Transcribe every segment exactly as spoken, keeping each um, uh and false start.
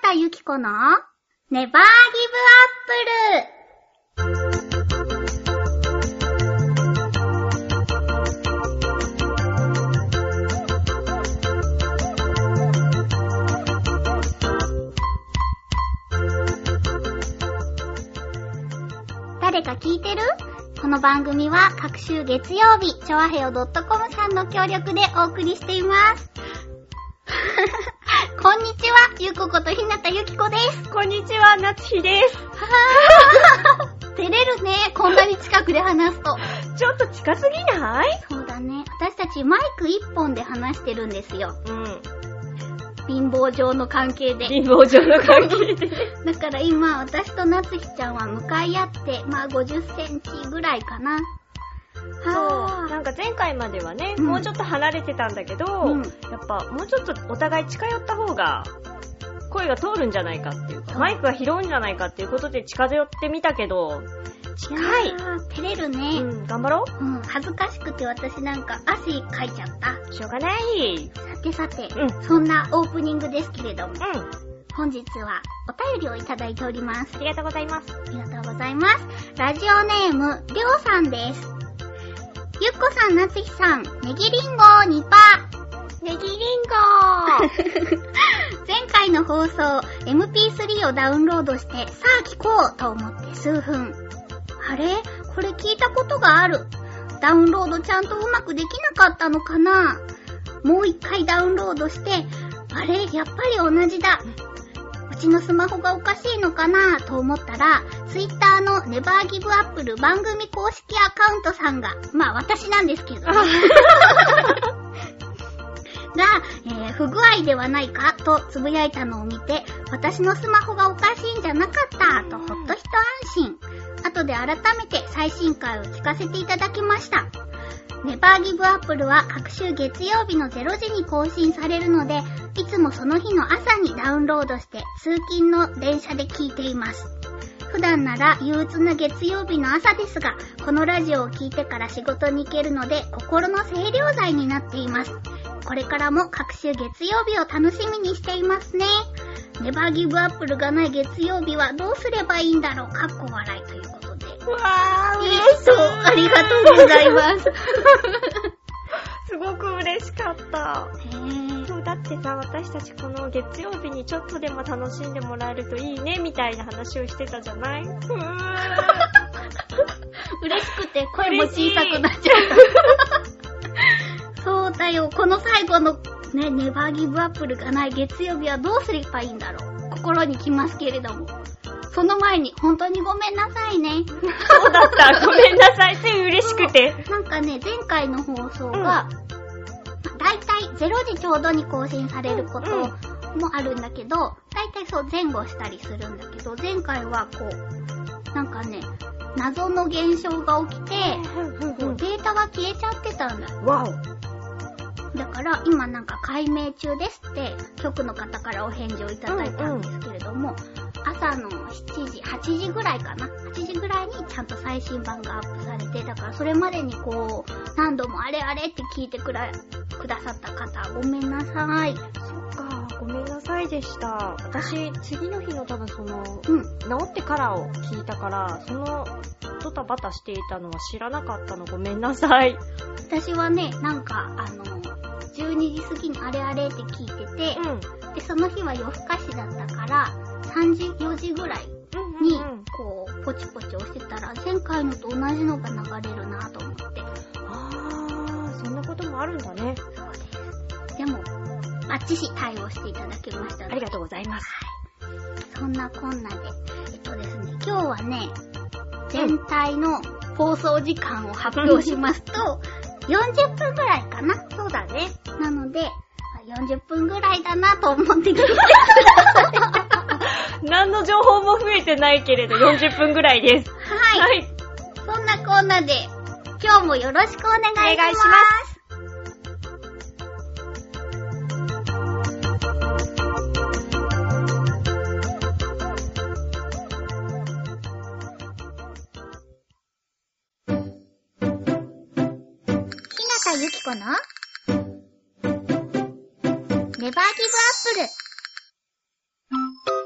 たゆきこのネバーギブアップル。誰か聞いてる？この番組は各週月曜日、チョアヘヨ .com さんの協力でお送りしています。こんにちは、ゆこことひなたゆきこです。 こんにちは、なつひです。 はぁ照れるね、こんなに近くで話すと。 ちょっと近すぎない？ そうだね、私たちマイク一本で話してるんですよ。 うん。 貧乏上の関係で。 貧乏上の関係で。 だから今、私となつひちゃんは向かい合って、まあごじゅっセンチぐらいかな。 そう。なんか前回まではね、うん、もうちょっと離れてたんだけど、うん、やっぱもうちょっとお互い近寄った方が声が通るんじゃないかっていうか、マイクが拾うんじゃないかっていうことで近寄ってみたけど、近い。 照れるね。 うん、頑張ろう。 うん、恥ずかしくて私なんか汗かいちゃった。 しょうがない。 さてさて、うん、そんなオープニングですけれども、うん、本日はお便りをいただいております。 ありがとうございます。 ありがとうございます。ラジオネーム、りょうさんです。ゆっこさん、なつひさん、ネギリンゴにパー。 ネギリンゴ前回の放送 エムピースリー をダウンロードしてさあ聞こうと思って数分。あれ？これ聞いたことがある。ダウンロードちゃんとうまくできなかったのかな？もう一回ダウンロードして、あれ？やっぱり同じだ。うちのスマホがおかしいのかなと思ったら、ツイッターのネバーギブアップル番組公式アカウントさんが、まあ私なんですけどね。が、えー、不具合ではないかとつぶやいたのを見て、私のスマホがおかしいんじゃなかったとほっと一安心。後で改めて最新回を聞かせていただきました。ネバーギブアップルは各週月曜日のれいじに更新されるので、いつもその日の朝にダウンロードして通勤の電車で聞いています。普段なら憂鬱な月曜日の朝ですが、このラジオを聞いてから仕事に行けるので心の清涼剤になっています。これからも各週月曜日を楽しみにしていますね。ネバーギブアップルがない月曜日はどうすればいいんだろう、かっこ笑いということで。 うわー、嬉しそう、ありがとうございます。 すごく嬉しかった。 へー。 そうだってさ、私たちこの月曜日にちょっとでも楽しんでもらえるといいねみたいな話をしてたじゃない？うーん嬉しくて声も小さくなっちゃう。そうだよ、この最後のね、ネバーギブアップルがない月曜日はどうすればいいんだろう。心にきますけれども。その前に本当にごめんなさいね。 そうだった。ごめんなさいって嬉しくて。 なんかね、前回の放送が、うん、だいたいれいじちょうどに更新されることもあるんだけど、だいたいそう前後したりするんだけど、前回はこう、なんかね、謎の現象が起きて、こうデータが消えちゃってたんだ。 わお。 だから今なんか解明中ですって局の方からお返事をいただいたんですけれども、うんうん、朝のしちじ、はちじぐらいかな、はちじぐらいにちゃんと最新版がアップされて、だからそれまでにこう何度もあれあれって聞いてくらくださった方ごめんなさい。 そっか、ごめんなさいでした。私次の日の多分その、うん、治ってからを聞いたから、そのドタバタしていたのは知らなかったの、ごめんなさい。 私はね、なんかあのじゅうにじ過ぎにあれあれって聞いてて、うん、でその日は夜更かしだったからさんじよじぐらいにこうポチポチ押してたら、前回のと同じのが流れるなと思って。 あー、そんなこともあるんだね。 そうです。でもバッチシ対応していただきましたのでありがとうございます。 はい、そんなこんなで、えっとですね、今日はね、全体の放送時間を発表しますとよんじゅっぷんぐらいかな。 そうだね。 なのでよんじゅっぷんぐらいだなと思って聞いてください。 何の情報も増えてないけれどよんじゅっぷんぐらいです。 はい。はい。そんなこんなで今日もよろしくお願いします。お願いします。ゆきこのネバーギブアップル。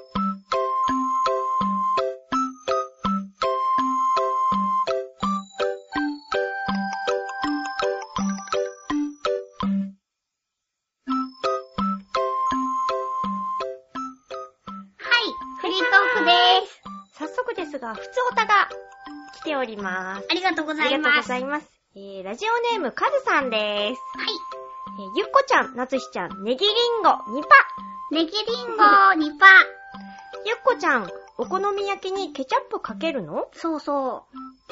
ですが、ふつおたが来ております。 ありがとうございます。 ありがとうございます。えー、ラジオネーム、カズさんです。 はい。 えー、ゆっこちゃん、なつひちゃん、ネギリンゴ、にパ。 ネギリンゴ、にパ。 ゆっこちゃん、お好み焼きにケチャップかけるの？ そうそう。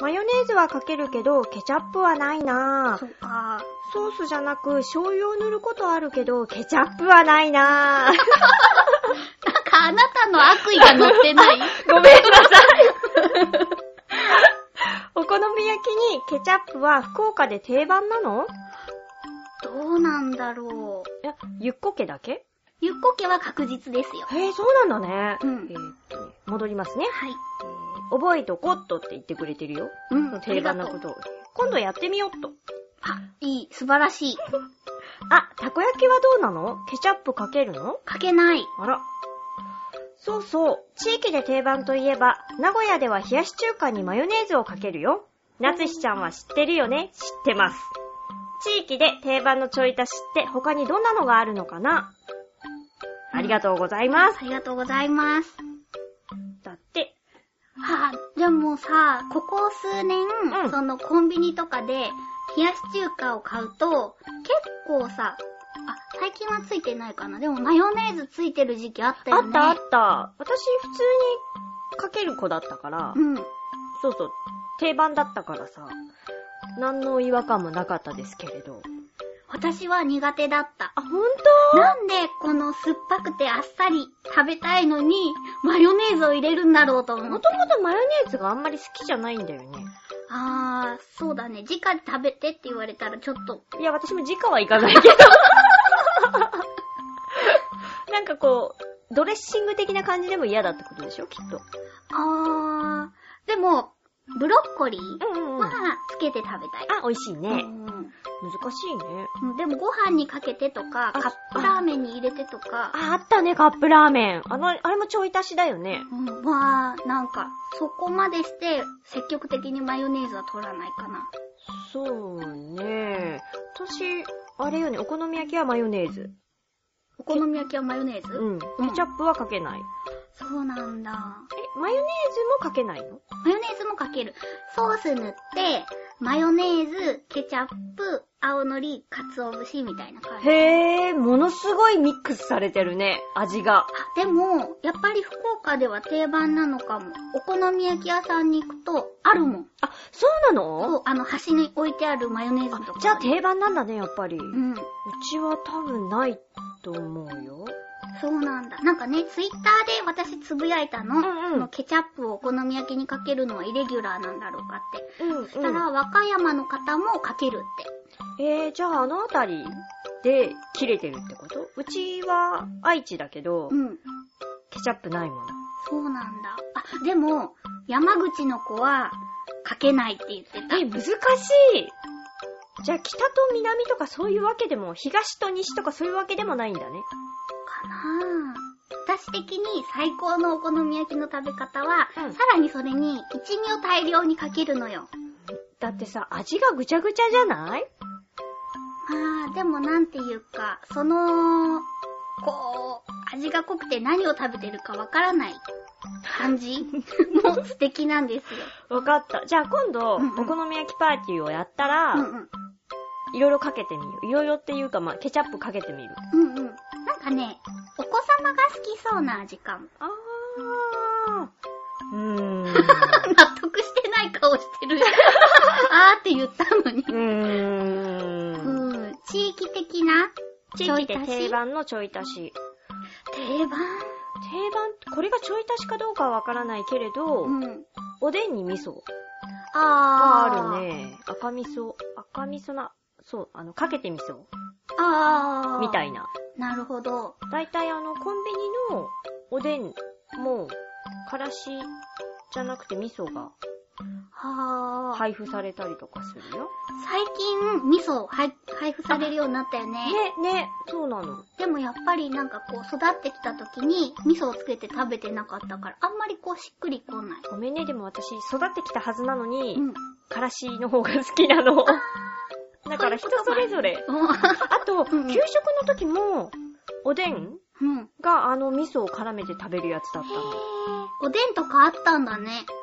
マヨネーズはかけるけど、ケチャップはないなぁ。 そっか。 ソースじゃなく、醤油を塗ることあるけど、ケチャップはないなぁ。なんかあなたの悪意が乗ってないごめんなさい。お好み焼きにケチャップは福岡で定番なの？ どうなんだろう。 いや、ゆっこ家だけ？ ゆっこ家は確実ですよ。 へえ、そうなんだね。 うん。 えーっとね、戻りますね。 はい。 えー、覚えとこっとって言ってくれてるよ。 うん。 定番なことを。今度やってみよっと。 あ、いい。素晴らしい。 あ、たこ焼きはどうなの？ケチャップかけるの？ かけない。 あら。そうそう。地域で定番といえば、名古屋では冷やし中華にマヨネーズをかけるよ。なつひちゃんは知ってるよね？知ってます。地域で定番のちょい足しって他にどんなのがあるのかな？ありがとうございます。 ありがとうございます。 だって。 はぁ、でもさ、ここ数年、うん、そのコンビニとかで冷やし中華を買うと、結構さ、あ、最近はついてないかな。でもマヨネーズついてる時期あったよね。 あったあった。私普通にかける子だったから。 うん。 そうそう。定番だったからさ。何の違和感もなかったですけれど。 私は苦手だった。 あ、ほんと？ なんでこの酸っぱくてあっさり食べたいのにマヨネーズを入れるんだろうと思う。 もともとマヨネーズがあんまり好きじゃないんだよね。 あー、そうだね。直で食べてって言われたらちょっと。 いや、私も直はいかないけど。なんかこう、ドレッシング的な感じでも嫌だってことでしょ、きっと。 あー、でも、ブロッコリーはつけて食べたい。 あ、美味しいね。 うん、 難しいね。 でもご飯にかけてとか、カップラーメンに入れてとか。 あ、あったね、カップラーメン。あの、あれもちょい足しだよね。 うん、まあ、なんか、そこまでして積極的にマヨネーズは取らないかな。 そうね。私、あれよね、お好み焼きはマヨネーズ。 お好み焼きはマヨネーズ？ うん。ケチャップはかけない。 そうなんだ。 え、マヨネーズもかけないの？ マヨネーズもかける。ソース塗って、マヨネーズ、ケチャップ、青のり、鰹節みたいな感じ。 へー、ものすごいミックスされてるね、味が。 あ、でも、やっぱり福岡では定番なのかも。お好み焼き屋さんに行くと、あるもん。 あ、そうなの？ そう、あの、端に置いてあるマヨネーズとか。 じゃあ定番なんだね、やっぱり。うん。ううちは多分ないと思うよ。 そうなんだ。なんかね、ツイッターで私つぶやいたの。うんうん、のケチャップをお好み焼きにかけるのはイレギュラーなんだろうかって。うんうん、そしたら、和歌山の方もかけるって。 えー、じゃああのあたりで切れてるってこと？うちは愛知だけど、うん、ケチャップないもの。 そうなんだ。あ、でも、山口の子はかけないって言ってた。 え、難しい。じゃあ北と南とかそういうわけでも、東と西とかそういうわけでもないんだね。 かなぁ。私的に最高のお好み焼きの食べ方は、うん、さらにそれに一味を大量にかけるのよ。 だってさ、味がぐちゃぐちゃじゃない？ あー、でもなんていうか、その、こう、味が濃くて何を食べてるかわからない感じも素敵なんですよ。 わかった。じゃあ今度、うんうん、お好み焼きパーティーをやったら、うんうん、いろいろかけてみよう。いろいろっていうか、まあ、ケチャップかけてみる。 うんうん。なんかね、お子様が好きそうな味かも。 あー。うーん。納得してない顔してる。あーって言ったのに。うーん。うん。地域的な地域で定番のちょい足し。 定番？ 定番、これがちょい足しかどうかはわからないけれど、うん、おでんに味噌。 あー。あるね。赤味噌。赤味噌な、そう、あの、かけて味噌。 あー。 みたいな。 なるほど。 だいたいあの、コンビニのおでんも、からしじゃなくて味噌が、 はー。 配布されたりとかするよ。 最近、味噌配布されるようになったよね。 ね、ね、そうなの。 でもやっぱりなんかこう、育ってきた時に、味噌をつけて食べてなかったから、あんまりこう、しっくりこない。 ごめんね、でも私、育ってきたはずなのに、うん、からしの方が好きなの。だから人それぞれ。あと、うん、給食の時も、おでんがあの味噌を絡めて食べるやつだったの。 おでんとかあったんだね。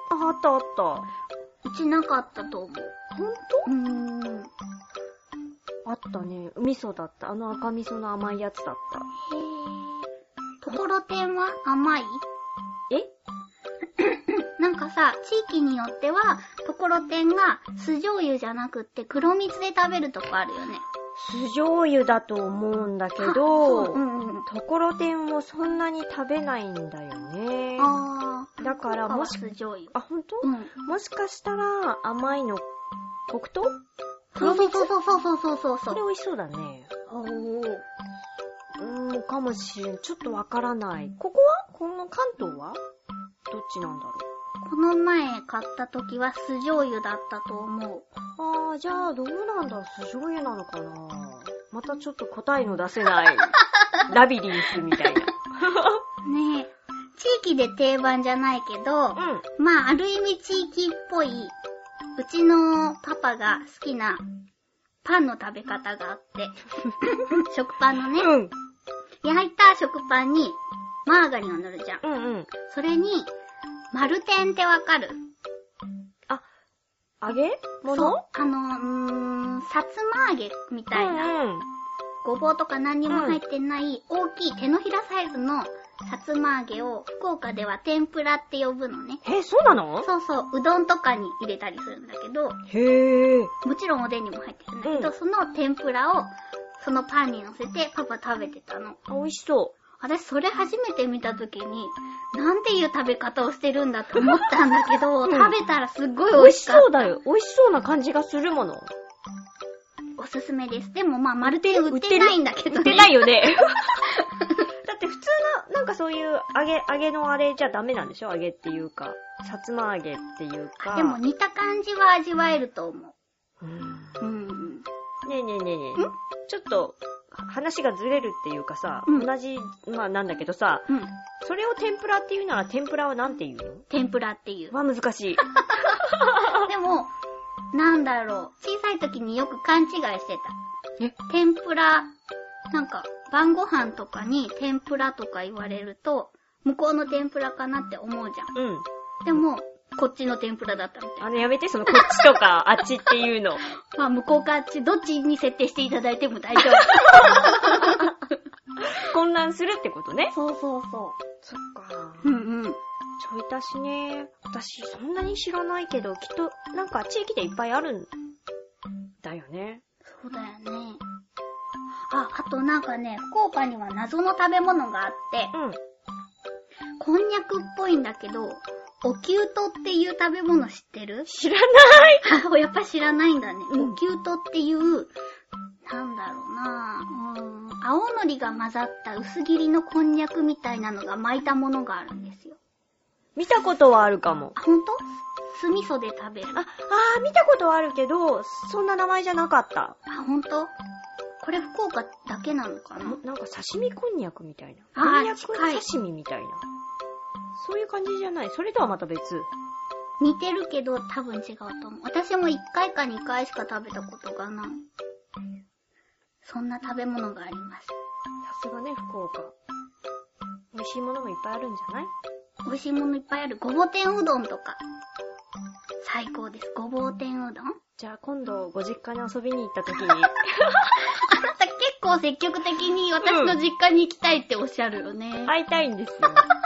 あ、あったあった。 うちなかったと思う。 ほんと？ うーん。 あったね。味噌だった。あの赤味噌の甘いやつだった。 へー。ところてんは甘い？ え？ なんかさ、地域によっては、ところてんが酢醤油じゃなくって黒蜜で食べるとこあるよね。 酢醤油だと思うんだけど、 うんうん、 ところてんもそんなに食べないんだよね。 あー。 だからもし、 酢醤油。 あ、ほんと？ うん。 もしかしたら甘いの、黒糖？ そうそうそうそうそうそうそう。 これ美味しそうだね。 おー。 うーん、かもしれん。ちょっとわからない。ここは？この関東は？どっちなんだろう。 この前買った時は酢醤油だったと思う。 あー、じゃあどうなんだ、酢醤油なのかな。またちょっと答えの出せないラビリンスみたいな。 ねえ、地域で定番じゃないけど、 うん、 まあある意味地域っぽい、うちのパパが好きなパンの食べ方があって、食パンのね、 うん、 焼いた食パンにマーガリンを塗るじゃん。 うんうん。 それに、丸天ってわかる？ あ、揚げ物？ そう、あの、うーん、さつま揚げみたいな、 うんうん、 ごぼうとか何にも入ってない大きい手のひらサイズのさつま揚げを福岡では天ぷらって呼ぶのね。 え、そうなの？ そうそう、うどんとかに入れたりするんだけど、 へー。 もちろんおでんにも入ってるんだけど、 うん、 その天ぷらをそのパンに乗せてパパ食べてたの。 あ、美味しそう。 私それ初めて見たときに、なんていう食べ方をしてるんだと思ったんだけど、うん、食べたらすっごい美味しかった。 美味しそうだよ。美味しそうな感じがするもの。 おすすめです。でもまあ、丸天売ってないんだけどね。 売ってないよね。だって普通の、なんかそういう揚げ、揚げのあれじゃダメなんでしょ？揚げっていうか、さつま揚げっていうか。 でも似た感じは味わえると思う。 うん。 うん。 ねえねえねえねえ。ちょっと、話がずれるっていうかさ、 うん、 同じ、まあなんだけどさ、 うん、 それを天ぷらっていうなら天ぷらはなんて言うの？ 天ぷらっていう。 まあ難しい。 でも、なんだろう、小さい時によく勘違いしてた。え？天ぷら、なんか、晩ご飯とかに天ぷらとか言われると、向こうの天ぷらかなって思うじゃん。 うん。 でも、こっちの天ぷらだったみたいな。 あのやめて、そのこっちとかあっちっていうの。 まあ向こうかあっち、どっちに設定していただいても大丈夫。 混乱するってことね。 そうそうそう。 そっか。 うんうん。 ちょい足しね。私そんなに知らないけど、きっとなんか地域でいっぱいあるんだよね。 そうだよね。あ、あとなんかね、福岡には謎の食べ物があって、 うん。 こんにゃくっぽいんだけど、おきゅうとっていう食べ物知ってる？ 知らないやっぱ知らないんだね。 うん、 おきゅうとっていう、なんだろうなぁ、うーん、青のりが混ざった薄切りのこんにゃくみたいなのが巻いたものがあるんですよ。 見たことはあるかも。 あ、ほんと？酢味噌で食べる。 あ、あー、見たことはあるけど、そんな名前じゃなかった。 あ、ほんと？これ福岡だけなのかな？ なんか刺身こんにゃくみたいな。 あー、 こんにゃく近い。 刺身みたいな。そういう感じじゃない。それとはまた別。 似てるけど多分違うと思う。私もいっかいかにかいしか食べたことがない。そんな食べ物があります。 さすがね、福岡。美味しいものもいっぱいあるんじゃない？ 美味しいものいっぱいある。ごぼ天うどんとか。最高です。ごぼう天うどん？ じゃあ今度ご実家に遊びに行った時に。 あなた結構積極的に私の実家に行きたいっておっしゃるよね。 うん、会いたいんですよ。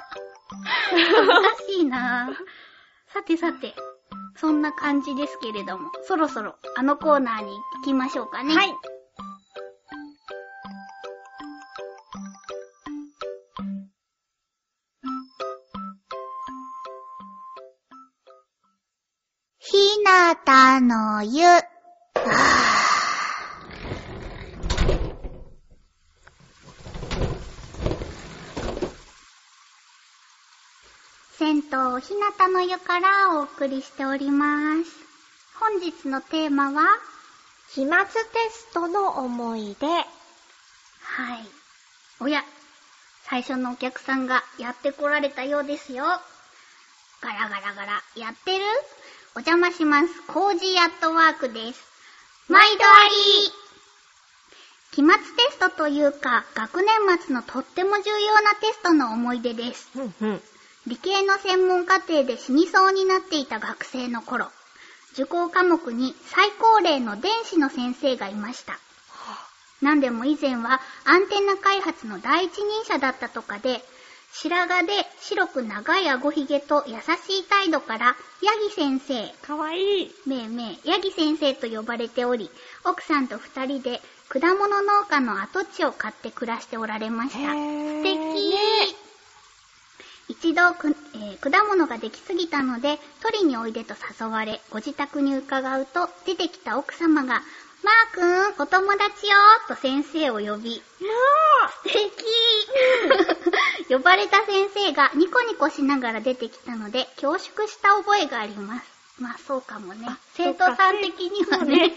難しいなぁ。さてさて、そんな感じですけれども、そろそろあのコーナーに行きましょうかね。 はい。 ひなたの湯。はぁ。銭湯ひなたの湯からお送りしております。本日のテーマは、 期末テストの思い出。はい。 おや、最初のお客さんがやってこられたようですよ。ガラガラガラ、やってる？お邪魔します。コージーアットワークです。毎度あり。期末テストというか、学年末のとっても重要なテストの思い出です。 うんうん。 理系の専門課程で死にそうになっていた学生の頃、受講科目に最高齢の電子の先生がいました。なんでも以前はアンテナ開発の第一人者だったとかで、白髪で白く長い顎ひげと優しい態度からヤギ先生、 かわいい、 めいめいヤギ先生と呼ばれており、奥さんと二人で果物農家の跡地を買って暮らしておられました。素敵。一度く、えー、果物ができすぎたので取りにおいでと誘われ、ご自宅に伺うと出てきた奥様が、マー君、お友達よと先生を呼び、素敵呼ばれた先生がニコニコしながら出てきたので恐縮した覚えがあります。まあそうかもね。生徒さん的にはね。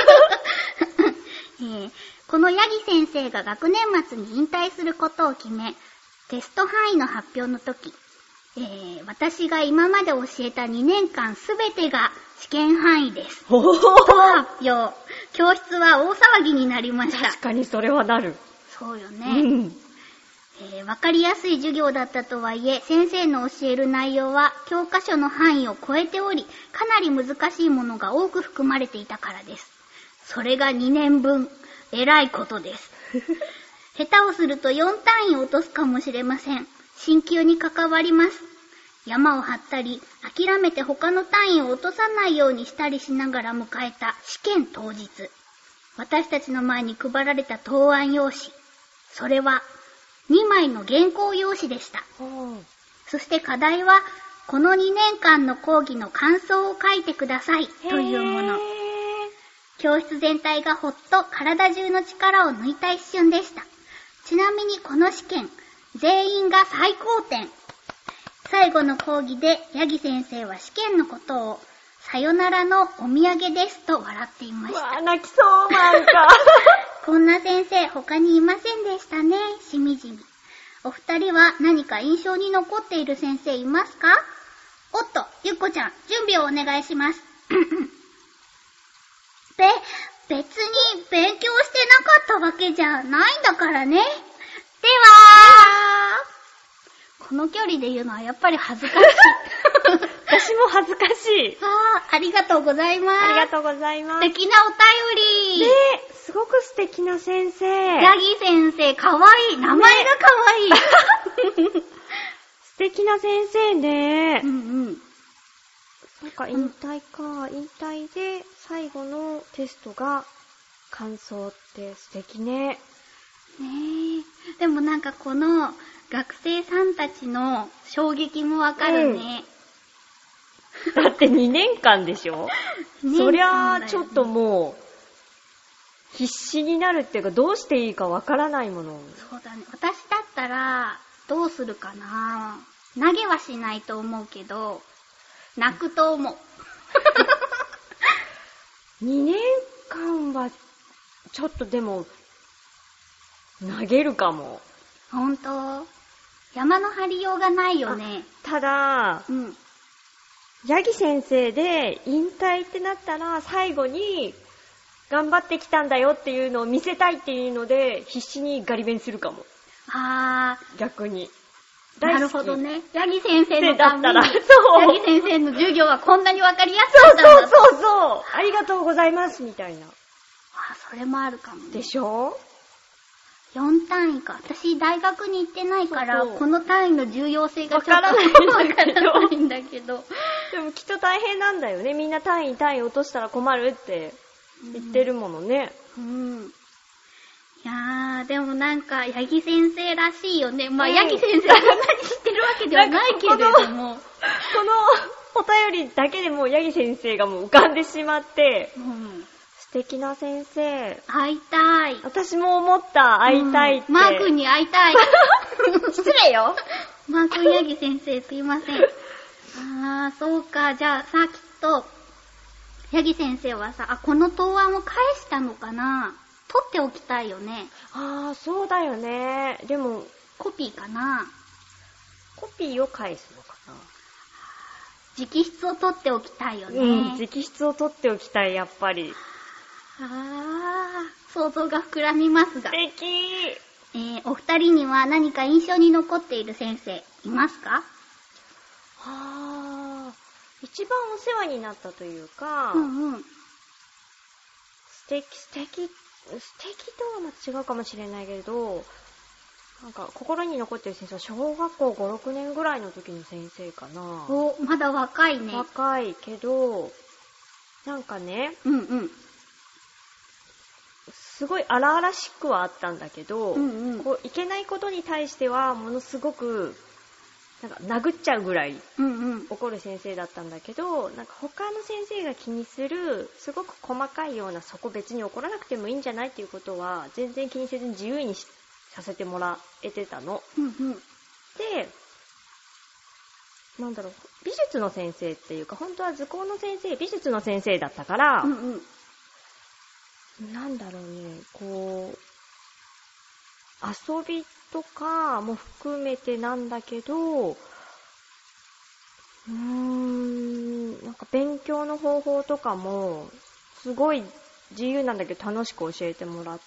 えー、このヤギ先生が学年末に引退することを決め、テスト範囲の発表の時、えー、私が今まで教えたにねんかんすべてが試験範囲です。と発表。教室は大騒ぎになりました。 確かにそれはなる。 そうよね。 うんえー、わかりやすい授業だったとはいえ、先生の教える内容は教科書の範囲を超えており、かなり難しいものが多く含まれていたからです。それがにねんぶん。えらいことです。下手をするとよん単位落とすかもしれません。進級に関わります。山を張ったり、諦めて他の単位を落とさないようにしたりしながら迎えた試験当日。私たちの前に配られた答案用紙。それはにまいの原稿用紙でした。そして課題は、このにねんかんの講義の感想を書いてくださいというもの。教室全体がほっと体中の力を抜いた一瞬でした。ちなみにこの試験、全員が最高点。最後の講義でヤギ先生は試験のことを、さよならのお土産ですと笑っていました。 うわー、泣きそうなんか。 こんな先生他にいませんでしたね、しみじみ。お二人は何か印象に残っている先生いますか？おっと、ゆっこちゃん、準備をお願いします。べ、別に勉強してなかったわけじゃないんだからね。では、この距離で言うのはやっぱり恥ずかしい。 私も恥ずかしい。 ああ、ありがとうございます。 ありがとうございます。 素敵なお便り。 ねえ、すごく素敵な先生。 ヤギ先生、かわいい。名前がかわいい。 素敵な先生ね。 うんうん。 なんか引退か、引退で最後のテストが感想って素敵ね。 ねえ。でもなんかこの学生さんたちの衝撃もわかるね。 うん、だってにねんかんでしょそりゃあちょっともう必死になるっていうか、どうしていいかわからないもの。 そうだね。私だったらどうするかな。投げはしないと思うけど、泣くと思う。 にねんかんはちょっとでも投げるかも。 ほんと？山の張りようがないよね。 ただ、うん、ヤギ先生で引退ってなったら最後に頑張ってきたんだよっていうのを見せたいっていうので必死にガリ勉するかも。 あー、 逆に。 なるほどね。ヤギ先生のために、 そう。 ヤギ先生の授業はこんなにわかりやすかったんだ。 そうそうそうそう。ありがとうございますみたいな。 あ、それもあるかもね。 でしょ？ よん単位か。私大学に行ってないから、そうそう、この単位の重要性がちょっとわからないんだけど。 でもきっと大変なんだよね。みんな単位単位落としたら困るって言ってるものね。うん。うんいやー、でもなんか、ヤギ先生らしいよね。まあ、うん、ヤギ先生そんなに知ってるわけではないけれども。この、 このお便りだけでもうヤギ先生がもう浮かんでしまって、うん、素敵な先生。 会いたい。 私も思った、会いたいって。うん、 マー君に会いたい。 失礼よ。 マー君ヤギ先生すいません。あー、そうか。じゃあさ、きっと、ヤギ先生はさ、あ、この答案を返したのかな？取っておきたいよね。 ああ、そうだよね。でも、 コピーかな？ コピーを返すのかな？ 直筆を取っておきたいよね。 うん、直筆を取っておきたい、やっぱり。 ああ、想像が膨らみますが。 素敵。 えー、お二人には何か印象に残っている先生、いますか？ はぁ。一番お世話になったというか、 うんうん。 素敵、素敵、素敵とはまた違うかもしれないけど、なんか心に残ってる先生は小学校ご、ろくねんぐらいの時の先生かな。 お、まだ若いね。 若いけど、なんかね、 うんうん。 すごい荒々しくはあったんだけど、 うんうん、 こういけないことに対してはものすごくなんか殴っちゃうぐらい怒る先生だったんだけど、なんか他の先生が気にするすごく細かいような、そこ別に怒らなくてもいいんじゃないっていうことは全然気にせずに自由にさせてもらえてたの、 うんうん、 で、なんだろう、美術の先生っていうか本当は図工の先生、美術の先生だったから、 うんうん、 なんだろうね、こう遊びとかも含めてなんだけど、うーん、なんか勉強の方法とかもすごい自由なんだけど楽しく教えてもらって、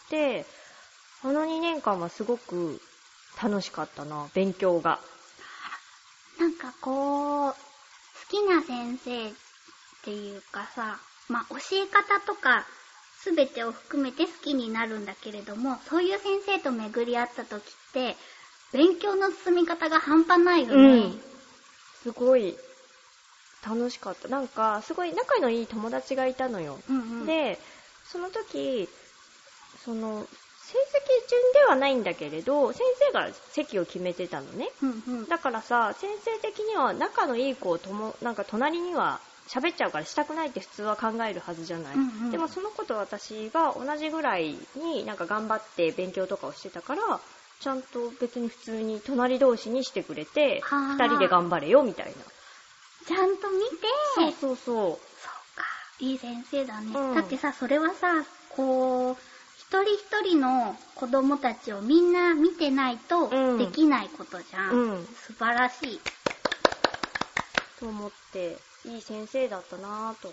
あのにねんかんはすごく楽しかったな、勉強が。 なんかこう、好きな先生っていうかさ、まあ教え方とかすべてを含めて好きになるんだけれども、そういう先生と巡り合った時って勉強の進み方が半端ないよね、うん、 すごい楽しかった。なんかすごい仲のいい友達がいたのよ、うんうん、でその時その成績順ではないんだけれど先生が席を決めてたのね、うんうん、だからさ先生的には仲のいい子をともなんか隣には喋っちゃうからしたくないって普通は考えるはずじゃない、うんうん、でもその子と私が同じぐらいになんか頑張って勉強とかをしてたからちゃんと別に普通に隣同士にしてくれてふたりで頑張れよみたいな、 ちゃんと見て、 そうそうそうそうか、いい先生だね、うん、だってさそれはさこう一人一人の子供たちをみんな見てないとできないことじゃん、うん、素晴らしいと思っていい先生だったなぁと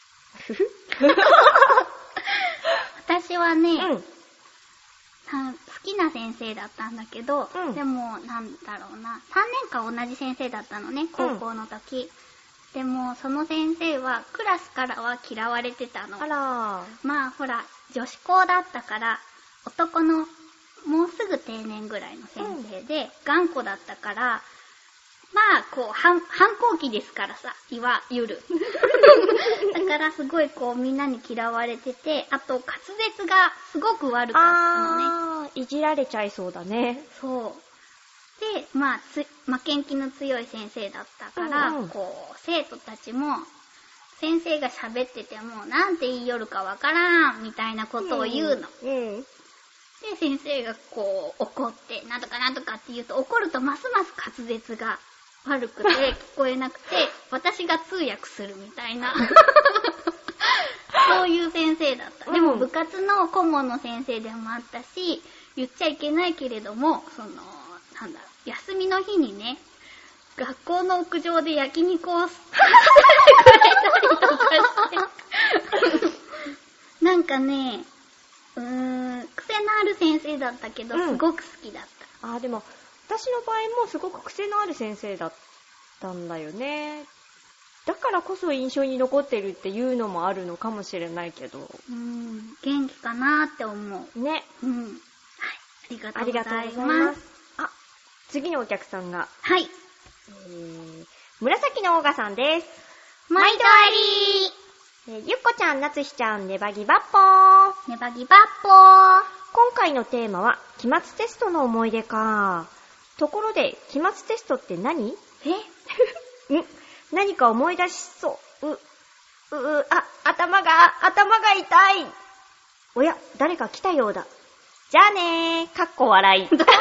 私はね、うん、好きな先生だったんだけど、うん、でもなんだろうなさんねんかん同じ先生だったのね高校の時、うん、でもその先生はクラスからは嫌われてたの。 あらまあほら女子校だったから男のもうすぐ定年ぐらいの先生で、うん、頑固だったからまあこう反反抗期ですからさいわゆるだからすごいこうみんなに嫌われてて、あと滑舌がすごく悪かったのね。 あーいじられちゃいそうだね。 そうでまあつ負けん気の強い先生だったから、うんうん、こう生徒たちも先生が喋っててもなんて言いよるかわからんみたいなことを言うの、うんうん、で先生がこう怒ってなんとかなんとかって言うと怒るとますます滑舌が悪くて聞こえなくて私が通訳するみたいなそういう先生だった、うん、でも部活の顧問の先生でもあったし言っちゃいけないけれどもそのなんだろう休みの日にね学校の屋上で焼肉をしてくれたりとかしてなんかねうーん癖のある先生だったけど、うん、すごく好きだった。 あーでも私の場合もすごく癖のある先生だったんだよね。だからこそ印象に残ってるっていうのもあるのかもしれないけど、 うーん元気かなって思うね。 うん、はい、ありがとうございます。 あ、次のお客さんがはい、 えー、紫のオーガさんです。 毎度ありー、えー、ゆっこちゃん、なつひちゃん、ねばぎばっぽーねばぎばっぽー。 今回のテーマは期末テストの思い出か。ところで期末テストって何？ えん何か思い出しそう。う、う、あ、頭が、頭が痛い。おや、誰か来たようだ。じゃあねー、かっこ笑い。どういう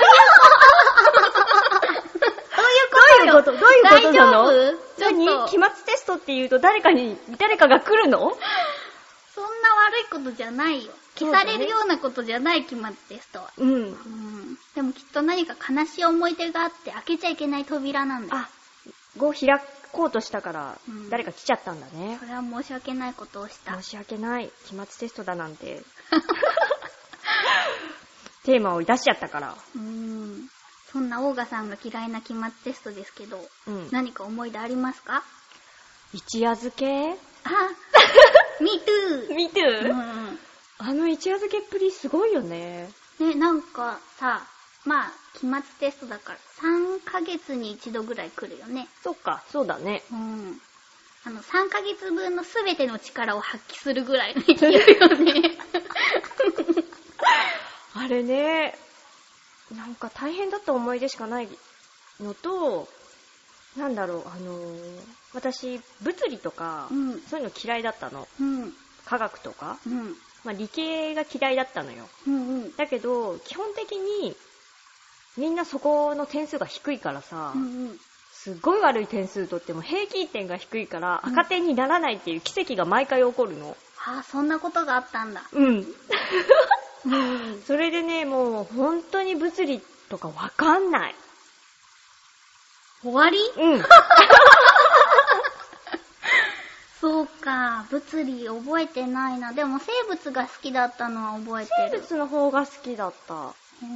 ことどういうことどういうことなの？何？期末テストって言うと誰かに、誰かが来るの？ そんな悪いことじゃないよ。消されるようなことじゃない期末テストは。うん。うん。でもきっと何か悲しい思い出があって開けちゃいけない扉なんだよ。 あ、ご開こうとしたから、うん、誰か来ちゃったんだね。 それは申し訳ないことをした。 申し訳ない。期末テストだなんて。テーマを出しちゃったから。 うーん。 そんなオーガさんが嫌いな期末テストですけど、うん、何か思い出ありますか？ 一夜漬け？ あ、me too! me too? うん、あの一夜漬けっぷりすごいよね。 ね、なんかさ、まあ、期末テストだからさんかげつに一度ぐらい来るよね。 そっか、そうだね。 うん。あの、さんかげつぶんのすべての力を発揮するぐらいの勢いよね。 あれね、なんか大変だった思い出しかないのと、なんだろう、あのー、私、物理とか、うん、そういうの嫌いだったの。うん、科学とか、うん、まあ、理系が嫌いだったのよ。うんうん、だけど、基本的に、みんなそこの点数が低いからさ、うんうん、すっごい悪い点数取っても平均点が低いから赤点にならないっていう奇跡が毎回起こるの。 はあ、そんなことがあったんだ。 うん。うん、それでね、もう本当に物理とかわかんない。 終わり？ うん。 そうか、物理覚えてないな。でも生物が好きだったのは覚えてる。 生物の方が好きだった。うん。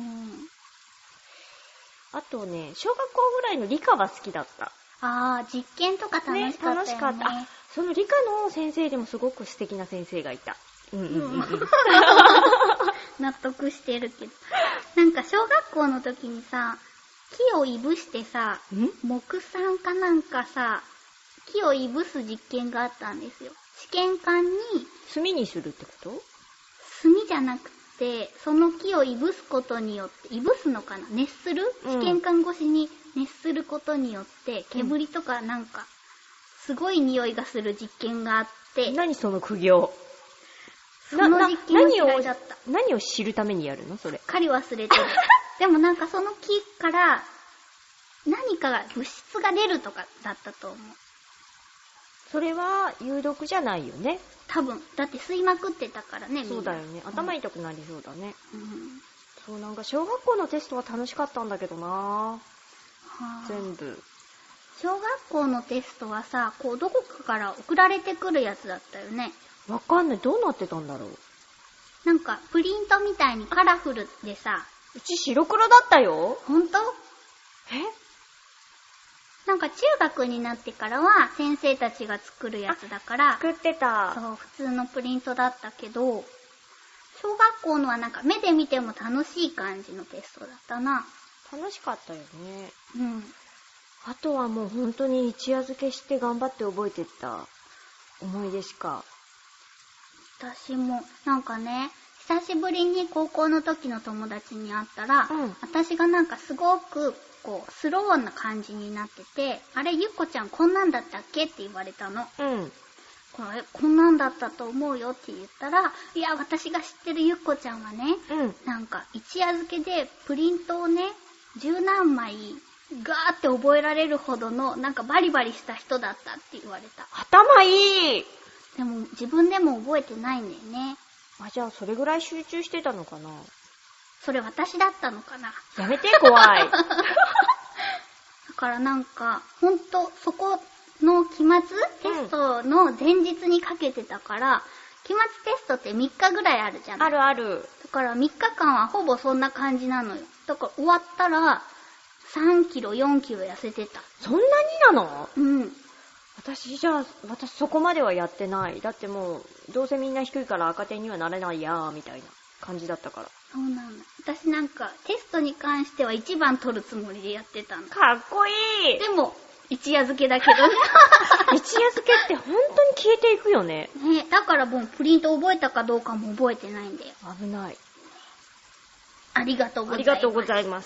あとね、小学校ぐらいの理科は好きだった。 ああ、実験とか楽しかったよね。ね、楽しかった。あ、 その理科の先生でもすごく素敵な先生がいた。うんうんうんうん。 納得してるけど。なんか小学校の時にさ、木をいぶしてさ、木酸かなんかさ、木をいぶす実験があったんですよ。試験管に炭にするってこと？ 炭じゃなくて、その木をいぶすことによって、いぶすのかな？熱する、うん、試験管越しに熱することによって、煙とかなんか、すごい匂いがする実験があって。 何その苦行？ その実験が嫌いだった。 何を知るためにやるのそれ。 すっかり忘れてる。でもなんかその木から何かが物質が出るとかだったと思う。 それは有毒じゃないよね。 多分。だって吸いまくってたからね。 そうだよね。頭痛くなりそうだね。うん、そう、なんか小学校のテストは楽しかったんだけどな、はあ、全部。 小学校のテストはさ、こうどこかから送られてくるやつだったよね。 わかんない。どうなってたんだろう。 なんかプリントみたいにカラフルでさ。 うち白黒だったよ。 ほんと？ え？ なんか中学になってからは先生たちが作るやつだから。 作ってた。 そう、普通のプリントだったけど、小学校のはなんか目で見ても楽しい感じのテストだったな。 楽しかったよね。 うん。 あとはもう本当に一夜漬けして頑張って覚えてった思い出しか。 私も、なんかね、久しぶりに高校の時の友達に会ったら、うん、私がなんかすごく、こう、スローな感じになってて、あれ、ゆっこちゃんこんなんだったっけって言われたの。うん。これ、こんなんだったと思うよって言ったら、いや、私が知ってるゆっこちゃんはね、うん、なんか一夜漬けでプリントをね、十何枚、ガーって覚えられるほどの、なんかバリバリした人だったって言われた。 頭いい！ でも自分でも覚えてないんだよね。 あ、じゃあそれぐらい集中してたのかな？ それ私だったのかな？ やめて、怖い。だからなんか、ほんと、そこの期末テストの前日にかけてたから、うん、期末テストってみっかぐらいあるじゃん。 あるある。 だからみっかかんはほぼそんな感じなのよ。だから終わったら、さんキロ、よんキロ痩せてた。 そんなになの？ うん。 私じゃあ、私そこまではやってない。だってもう、どうせみんな低いから赤点にはなれないやー、みたいな感じだったから。 そうなんだ。私なんか、テストに関してはいちばん取るつもりでやってたんだ。 かっこいい！ でも、一夜漬けだけどね。 一夜漬けって本当に消えていくよね。 ね、だからもうプリント覚えたかどうかも覚えてないんだよ。 危ない。 ありがとうございます。 ありがとうございます。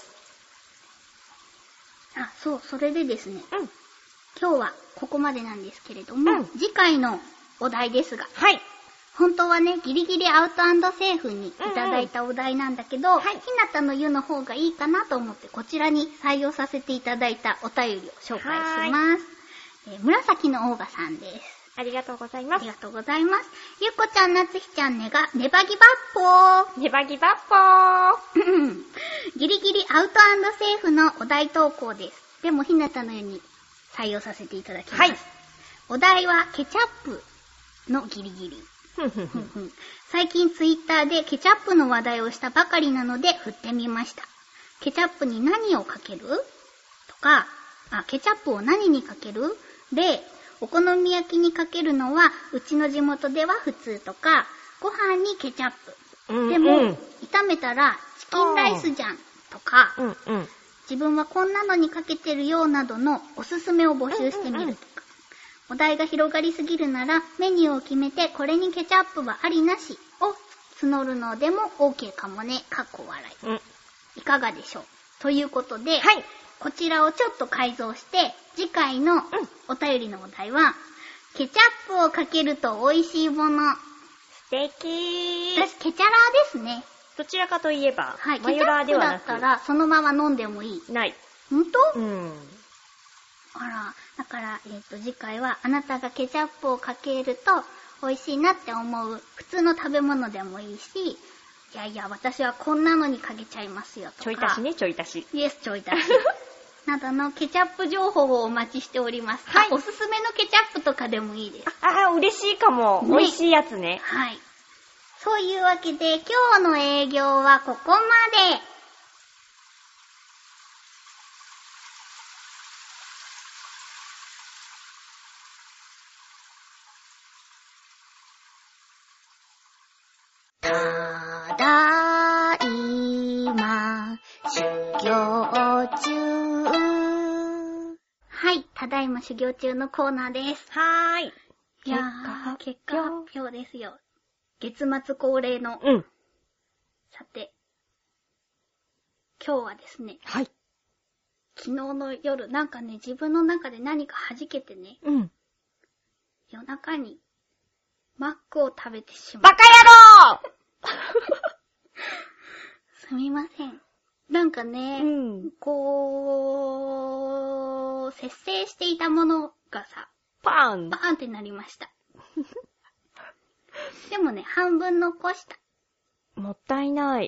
あ、そう、それでですね。 うん。 今日はここまでなんですけれども、うん、次回のお題ですが、 はい。 本当はね、ギリギリアウト&セーフにいただいたお題なんだけど、うんうん、はい、ひなたの湯の方がいいかなと思ってこちらに採用させていただいたお便りを紹介します。えー、紫のオーガさんです。 ありがとうございます。 ありがとうございます。ゆっこちゃん、なつひちゃん、ねが、ねばぎばっぽー。 ねばぎばっぽー。 ギリギリアウト&セーフのお題投稿です。でもひなたの湯に採用させていただきます。はい。お題はケチャップのギリギリ。最近ツイッターでケチャップの話題をしたばかりなので振ってみました。 ケチャップに何をかけるとか、あ、ケチャップを何にかけるで、お好み焼きにかけるのは、うちの地元では普通とか、ご飯にケチャップ。うんうん、でも、炒めたらチキンライスじゃんとか、うんうん、自分はこんなのにかけてるよなどのおすすめを募集してみるとか、うんうんうん、お題が広がりすぎるならメニューを決めてこれにケチャップはありなしを募るのでも OK かもね、かっこ笑い、うん、いかがでしょうということで、はい、こちらをちょっと改造して次回のお便りのお題は、うん、ケチャップをかけると美味しいもの。 素敵。 私ケチャラーですね。 どちらかといえば、 はい、マヨラーではなく、ケチャップだったらそのまま飲んでもいい。 ない。 ほんと？ うん。 あら、だから、えっと、次回はあなたがケチャップをかけると美味しいなって思う普通の食べ物でもいいし、いやいや、私はこんなのにかけちゃいますよとか。 ちょい足しね、ちょい足し。 イエス、ちょい足し。などのケチャップ情報をお待ちしております。はい。おすすめのケチャップとかでもいいです。 ああ、嬉しいかも。ね、美味しいやつね。 はい。そういうわけで、今日の営業はここまで。ただいま修行中。はい、ただいま修行中のコーナーです。 はーい。 いやー、結果発表ですよ。月末恒例の。 うん。 さて、今日はですね。 はい。 昨日の夜、なんかね、自分の中で何か弾けてね。 うん。 夜中に、マックを食べてしまった。 バカ野郎すみません。なんかね、 うん、 こう、節制していたものがさ、 パーンパーンってなりました。でもね、半分残した。 もったいない。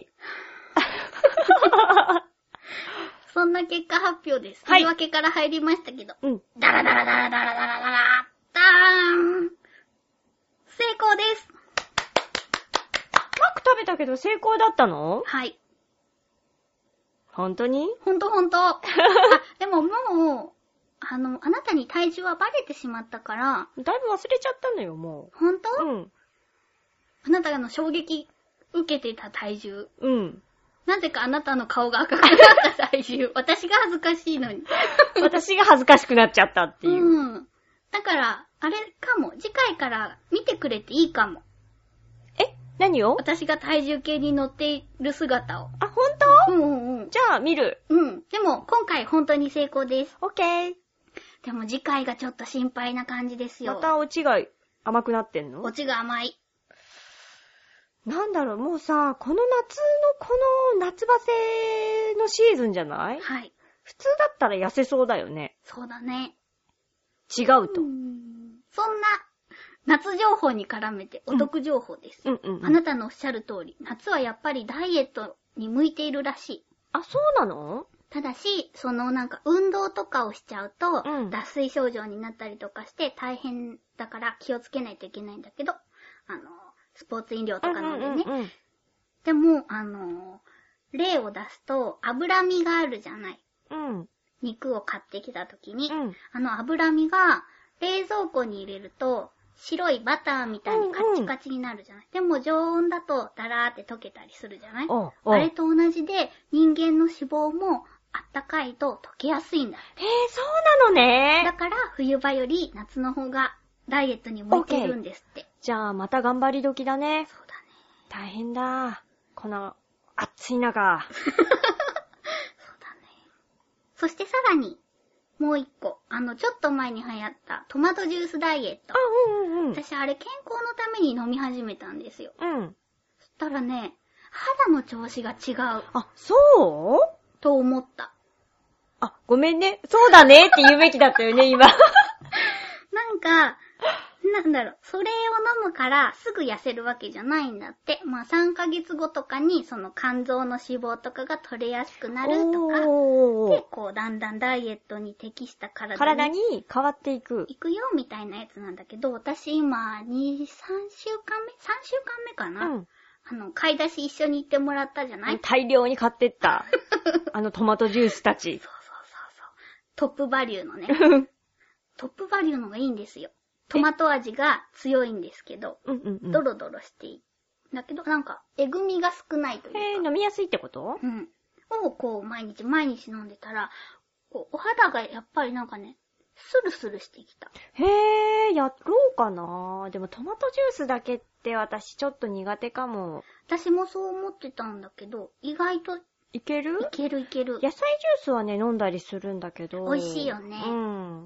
そんな結果発表です。はい。言い訳から入りましたけど。 うん。 ダラダラダラダラダラダラダーン。成功です。 マック食べたけど成功だったの？ はい。 本当に？ ほんとほんと。あ、でももう、あの、あなたに体重はバレてしまったから。 だいぶ忘れちゃったのよ、もう。 ほんと？ うん。 あなたの衝撃受けてた体重。 うん。 なぜかあなたの顔が赤くなった体重。私が恥ずかしいのに。 私が恥ずかしくなっちゃったっていう。 うん。だから、あれかも。次回から見てくれていいかも。 え？何を？ 私が体重計に乗っている姿を。 あ、ほんと？ うんうんうん。 じゃあ見る。 うん。でも、今回本当に成功です。 オッケー。 でも次回がちょっと心配な感じですよ。 またオチが甘くなってんの？ オチが甘い。 なんだろう、もうさ、この夏のこの夏バテのシーズンじゃない？ はい。 普通だったら痩せそうだよね。 そうだね。 違うと。うーん、そんな夏情報に絡めてお得情報です。 うんうんうん、 あなたのおっしゃる通り、夏はやっぱりダイエットに向いているらしい。 あ、そうなの？ ただし、そのなんか運動とかをしちゃうと、 うん、 脱水症状になったりとかして大変だから気をつけないといけないんだけど、あの、スポーツ飲料とか飲んでね。 うんうんうん、 でも、あの、例を出すと、脂身があるじゃない。 うん。 肉を買ってきたときに、 うん、 あの脂身が冷蔵庫に入れると、白いバターみたいにカチカチになるじゃない。うんうん、でも常温だとダラーって溶けたりするじゃない。 おうおう、 あれと同じで、人間の脂肪もあったかいと溶けやすいんだ。 へえ、そうなのね。 だから冬場より夏の方がダイエットに向いてるんですって。 じゃあまた頑張り時だね。 そうだね。 大変だ。この暑い中。 そうだね。そしてさらに、もう一個。あの、ちょっと前に流行ったトマトジュースダイエット。 あ、うんうんうん。 私あれ健康のために飲み始めたんですよ。 うん。 そしたらね、肌の調子が違う。 あ、そうと思った。 あ、ごめんね。そうだねって言うべきだったよね、今。 なんか、なんだろう、それを飲むからすぐ痩せるわけじゃないんだって。まあさんかげつごとかにその肝臓の脂肪とかが取れやすくなるとか、で、こうだんだんダイエットに適した体に体に変わっていく。 いくよみたいなやつなんだけど、私今に、さんしゅうかんめ ?さん 週間目かな、うん、 あの、買い出し一緒に行ってもらったじゃない？ 大量に買ってった。あのトマトジュースたち。 そうそうそうそう。トップバリューのね。トップバリューのがいいんですよ。トマト味が強いんですけど、 うんうんうん、 ドロドロしていい。だけど、なんか、えぐみが少ないというか。 へー、飲みやすいってこと？ うん。をこう、毎日毎日飲んでたら、こうお肌がやっぱりなんかね、スルスルしてきた。 へー、やろうかな。でもトマトジュースだけって私ちょっと苦手かも。 私もそう思ってたんだけど、意外といける？ いけるいける。 野菜ジュースはね、飲んだりするんだけど。 美味しいよね。 うん。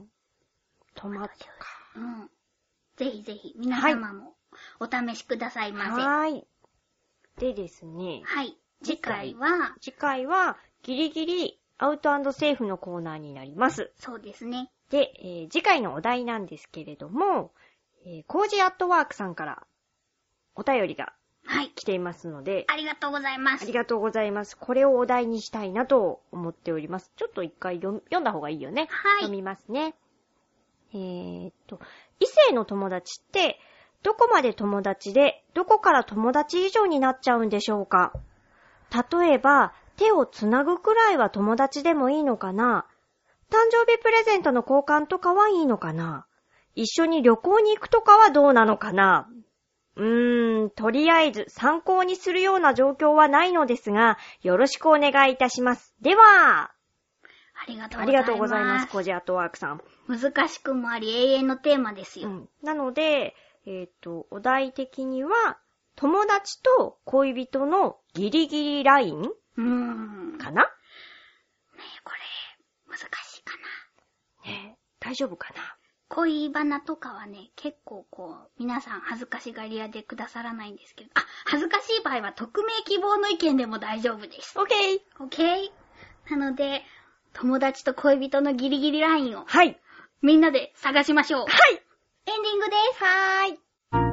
トマトか。 うん。ぜひぜひ、皆様もお試しくださいませ。 はい。でですね。 はい。次回は、 次回は、ギリギリアウト&セーフのコーナーになります。 そうですね。 で、えー、次回のお題なんですけれども、えー、コージーアットワークさんからお便りが来ていますので、はい、 ありがとうございます。 ありがとうございます。これをお題にしたいなと思っております。ちょっと一回読んだ方がいいよね。 はい。 読みますね。えーっと、異性の友達って、どこまで友達で、どこから友達以上になっちゃうんでしょうか？例えば、手をつなぐくらいは友達でもいいのかな？誕生日プレゼントの交換とかはいいのかな？一緒に旅行に行くとかはどうなのかな？うーん、とりあえず参考にするような状況はないのですが、よろしくお願いいたします。では、 ありがとうございます。 ありがとうございます、コージーアットワークさん。 難しくもあり永遠のテーマですよ。 うん、なので、えっと、お題的には、友達と恋人のギリギリライン？ うーん。 かな？ねえ、これ、難しいかな。ねえ、大丈夫かな？ 恋バナとかはね、結構こう、皆さん恥ずかしがり屋でくださらないんですけど、あ、恥ずかしい場合は匿名希望の意見でも大丈夫です。 オッケー。 オッケー。なので、友達と恋人のギリギリラインを、 はい。 みんなで探しましょう。 はい。 エンディングです。 はーい。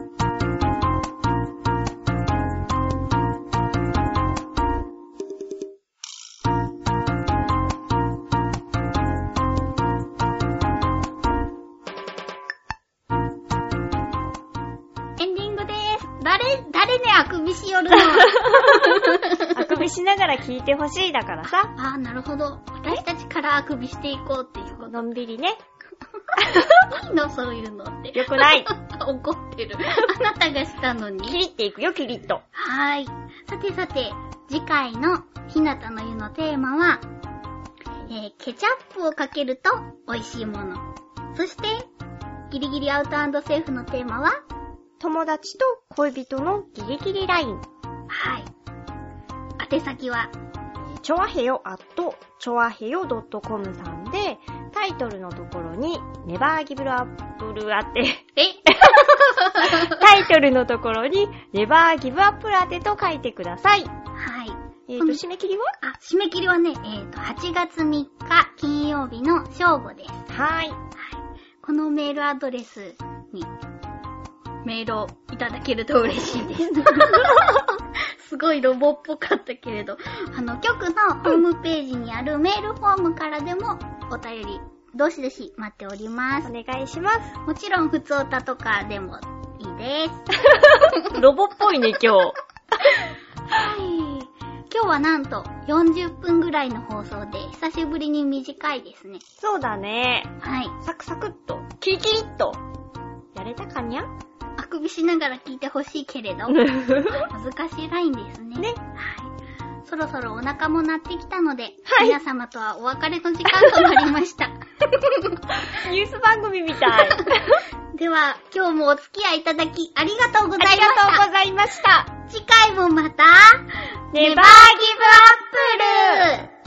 誰、誰ね、あくびしよるの。 あくびしながら聞いてほしいだからさ。 ああ、なるほど。私たちからあくびしていこうっていうこと。 のんびりね。 いいの、そういうのって。 よくない。 怒ってる。あなたがしたのに。 キリっていくよ、キリッと。 はーい。さてさて、次回のひなたの湯のテーマは、えー、ケチャップをかけると美味しいもの。そして、ギリギリアウト&セーフのテーマは、 友達と恋人のギリギリライン。 はい。宛先は、 チョアヘヨアットチョアヘヨドットコムさんで、タイトルのところに、ネバーギブアップルあて。 えタイトルのところに、ネバーギブアップルあてと書いてください。 はい。 えっと、締め切りは？ あ、締め切りはね、えっと、はちがつみっか金曜日の正午です。 はい。 はい。このメールアドレスに、メールをいただけると嬉しいです。すごいロボっぽかったけれど、あの、局のホームページにあるメールフォームからでもお便り、どしどし待っております。 お願いします。 もちろん、ふつおたとかでもいいです。 ロボっぽいね、今日。はい。 今日はなんとよんじゅっぷんぐらいの放送で、久しぶりに短いですね。 そうだね。 はい。 サクサクっと、キリキリっと、やれたかにゃ？ あくびしながら聞いてほしいけれど、難しいラインですね。 ね。 はい。そろそろお腹も鳴ってきたので、 はい、 皆様とはお別れの時間となりました。 ニュース番組みたい。 では、今日もお付き合いいただきありがとうございました。 ありがとうございました。 次回もまた、 ネバーギブアップル